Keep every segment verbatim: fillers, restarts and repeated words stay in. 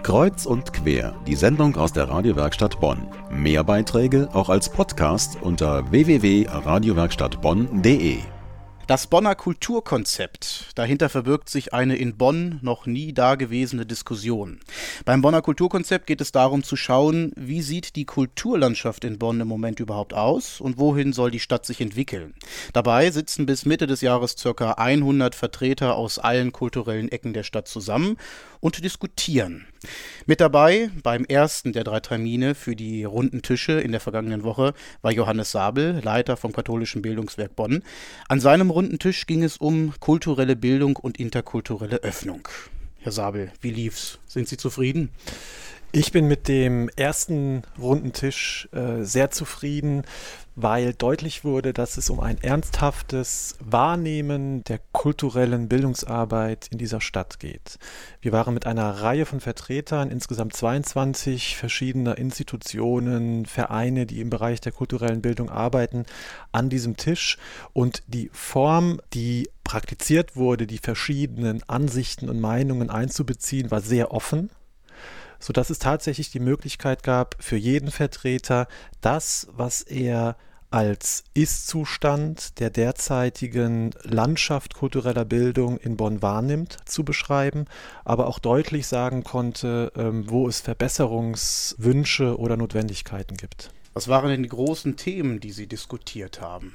Kreuz und quer, die Sendung aus der Radiowerkstatt Bonn. Mehr Beiträge auch als Podcast unter w w w punkt radiowerkstattbonn punkt d e. Das Bonner Kulturkonzept. Dahinter verbirgt sich eine in Bonn noch nie dagewesene Diskussion. Beim Bonner Kulturkonzept geht es darum zu schauen, wie sieht die Kulturlandschaft in Bonn im Moment überhaupt aus und wohin soll die Stadt sich entwickeln. Dabei sitzen bis Mitte des Jahres ca. hundert Vertreter aus allen kulturellen Ecken der Stadt zusammen und diskutieren. Mit dabei beim ersten der drei Termine für die runden Tische in der vergangenen Woche war Johannes Sabel, Leiter vom Katholischen Bildungswerk Bonn. An seinem runden Tisch ging es um kulturelle Bildung und interkulturelle Öffnung. Herr Sabel, wie lief's? Sind Sie zufrieden? Ich bin mit dem ersten runden Tisch äh, sehr zufrieden, weil deutlich wurde, dass es um ein ernsthaftes Wahrnehmen der kulturellen Bildungsarbeit in dieser Stadt geht. Wir waren mit einer Reihe von Vertretern, insgesamt zweiundzwanzig verschiedener Institutionen, Vereine, die im Bereich der kulturellen Bildung arbeiten, an diesem Tisch. Und die Form, die praktiziert wurde, die verschiedenen Ansichten und Meinungen einzubeziehen, war sehr offen, sodass es tatsächlich die Möglichkeit gab, für jeden Vertreter das, was er als Ist-Zustand der derzeitigen Landschaft kultureller Bildung in Bonn wahrnimmt, zu beschreiben, aber auch deutlich sagen konnte, wo es Verbesserungswünsche oder Notwendigkeiten gibt. Was waren denn die großen Themen, die Sie diskutiert haben?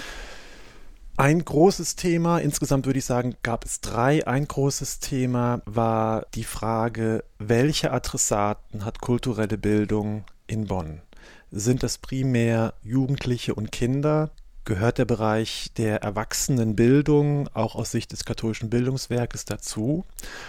Ein großes Thema, insgesamt würde ich sagen, gab es drei. Ein großes Thema war die Frage, welche Adressaten hat kulturelle Bildung in Bonn? Sind das primär Jugendliche und Kinder? Gehört der Bereich der Erwachsenenbildung auch aus Sicht des Katholischen Bildungswerkes dazu?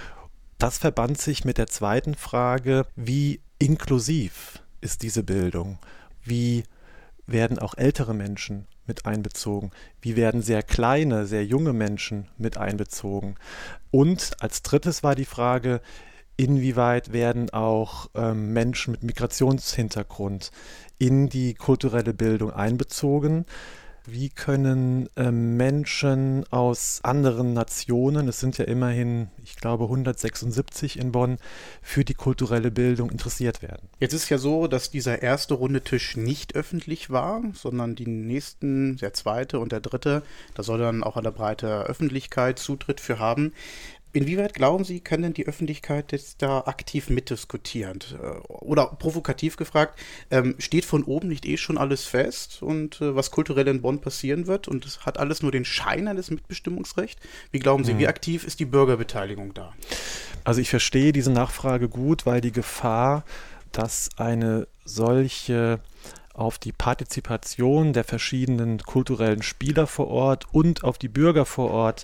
Das verband sich mit der zweiten Frage, wie inklusiv ist diese Bildung? Wie werden auch ältere Menschen mit einbezogen? Wie werden sehr kleine, sehr junge Menschen mit einbezogen? Und als drittes war die Frage, inwieweit werden auch ähm, Menschen mit Migrationshintergrund in die kulturelle Bildung einbezogen? Wie können äh, Menschen aus anderen Nationen, es sind ja immerhin, ich glaube, hundertsechsundsiebzig in Bonn, für die kulturelle Bildung interessiert werden? Jetzt ist ja so, dass dieser erste runde Tisch nicht öffentlich war, sondern die nächsten, der zweite und der dritte, da soll dann auch eine breite Öffentlichkeit Zutritt für haben. Inwieweit, glauben Sie, kann denn die Öffentlichkeit jetzt da aktiv mitdiskutieren? Oder provokativ gefragt, ähm, steht von oben nicht eh schon alles fest und äh, was kulturell in Bonn passieren wird und es hat alles nur den Schein eines Mitbestimmungsrechts? Wie glauben Sie, hm. wie aktiv ist die Bürgerbeteiligung da? Also ich verstehe diese Nachfrage gut, weil die Gefahr, dass eine solche auf die Partizipation der verschiedenen kulturellen Spieler vor Ort und auf die Bürger vor Ort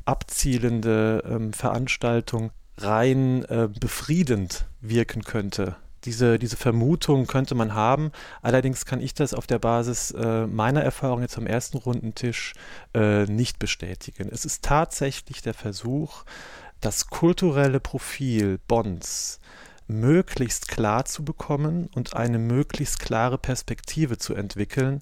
abzielende ähm, Veranstaltung rein äh, befriedend wirken könnte. Diese, diese Vermutung könnte man haben. Allerdings kann ich das auf der Basis äh, meiner Erfahrung jetzt am ersten Rundentisch äh, nicht bestätigen. Es ist tatsächlich der Versuch, das kulturelle Profil Bonns möglichst klar zu bekommen und eine möglichst klare Perspektive zu entwickeln.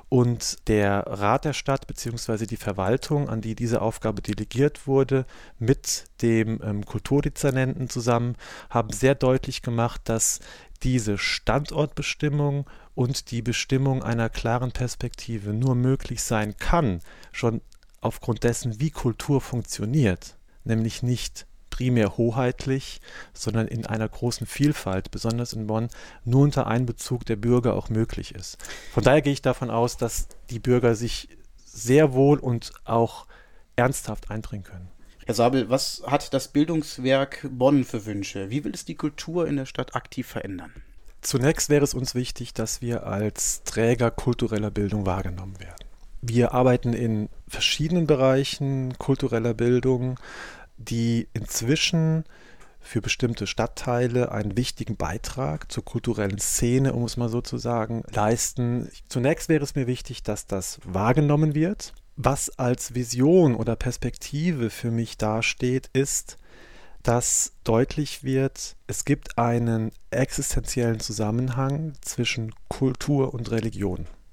Und der Rat der Stadt bzw. die Verwaltung, an die diese Aufgabe delegiert wurde, mit dem ähm, Kulturdezernenten zusammen, haben sehr deutlich gemacht, dass diese Standortbestimmung und die Bestimmung einer klaren Perspektive nur möglich sein kann, schon aufgrund dessen, wie Kultur funktioniert, nämlich nicht primär hoheitlich, sondern in einer großen Vielfalt, besonders in Bonn, nur unter Einbezug der Bürger auch möglich ist. Von daher gehe ich davon aus, dass die Bürger sich sehr wohl und auch ernsthaft einbringen können. Herr Sabel, was hat das Bildungswerk Bonn für Wünsche? Wie will es die Kultur in der Stadt aktiv verändern? Zunächst wäre es uns wichtig, dass wir als Träger kultureller Bildung wahrgenommen werden. Wir arbeiten in verschiedenen Bereichen kultureller Bildung, die inzwischen für bestimmte Stadtteile einen wichtigen Beitrag zur kulturellen Szene, um es mal so zu sagen, leisten. Zunächst wäre es mir wichtig, dass das wahrgenommen wird. Was als Vision oder Perspektive für mich dasteht, ist, dass deutlich wird, es gibt einen existenziellen Zusammenhang zwischen Kultur und Religion.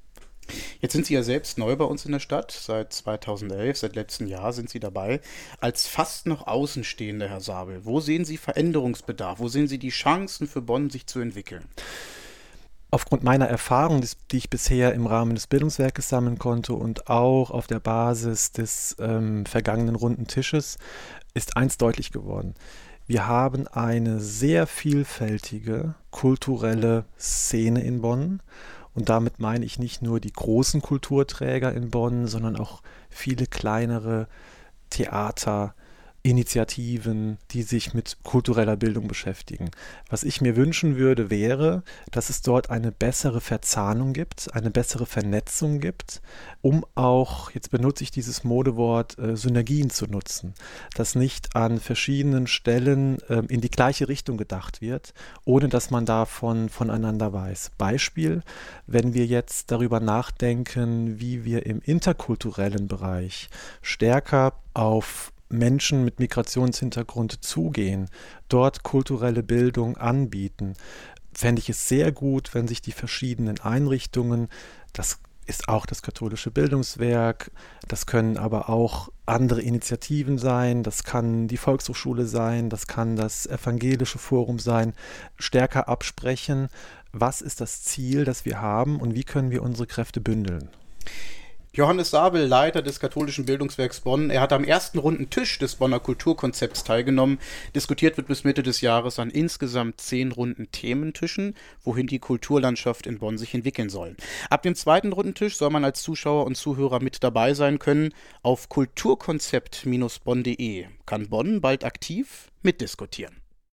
Jetzt sind Sie ja selbst neu bei uns in der Stadt. Seit zweitausendelf, seit letztem Jahr sind Sie dabei. Als fast noch Außenstehender, Herr Sabel, wo sehen Sie Veränderungsbedarf? Wo sehen Sie die Chancen für Bonn, sich zu entwickeln? Aufgrund meiner Erfahrung, die ich bisher im Rahmen des Bildungswerkes sammeln konnte und auch auf der Basis des ähm, vergangenen runden Tisches, ist eins deutlich geworden. Wir haben eine sehr vielfältige kulturelle Szene in Bonn. Und damit meine ich nicht nur die großen Kulturträger in Bonn, sondern auch viele kleinere Theater, Initiativen, die sich mit kultureller Bildung beschäftigen. Was ich mir wünschen würde, wäre, dass es dort eine bessere Verzahnung gibt, eine bessere Vernetzung gibt, um auch, jetzt benutze ich dieses Modewort, äh, Synergien zu nutzen, dass nicht an verschiedenen Stellen äh, in die gleiche Richtung gedacht wird, ohne dass man davon voneinander weiß. Beispiel, wenn wir jetzt darüber nachdenken, wie wir im interkulturellen Bereich stärker auf Menschen mit Migrationshintergrund zugehen, dort kulturelle Bildung anbieten, fände ich es sehr gut, wenn sich die verschiedenen Einrichtungen, das ist auch das katholische Bildungswerk, das können aber auch andere Initiativen sein, das kann die Volkshochschule sein, das kann das evangelische Forum sein, stärker absprechen, was ist das Ziel, das wir haben und wie können wir unsere Kräfte bündeln. Johannes Sabel, Leiter des katholischen Bildungswerks Bonn. Er hat am ersten runden Tisch des Bonner Kulturkonzepts teilgenommen. Diskutiert wird bis Mitte des Jahres an insgesamt zehn runden Thementischen, wohin die Kulturlandschaft in Bonn sich entwickeln soll. Ab dem zweiten runden Tisch soll man als Zuschauer und Zuhörer mit dabei sein können. Auf kulturkonzept Bindestrich bonn punkt de kann Bonn bald aktiv mitdiskutieren.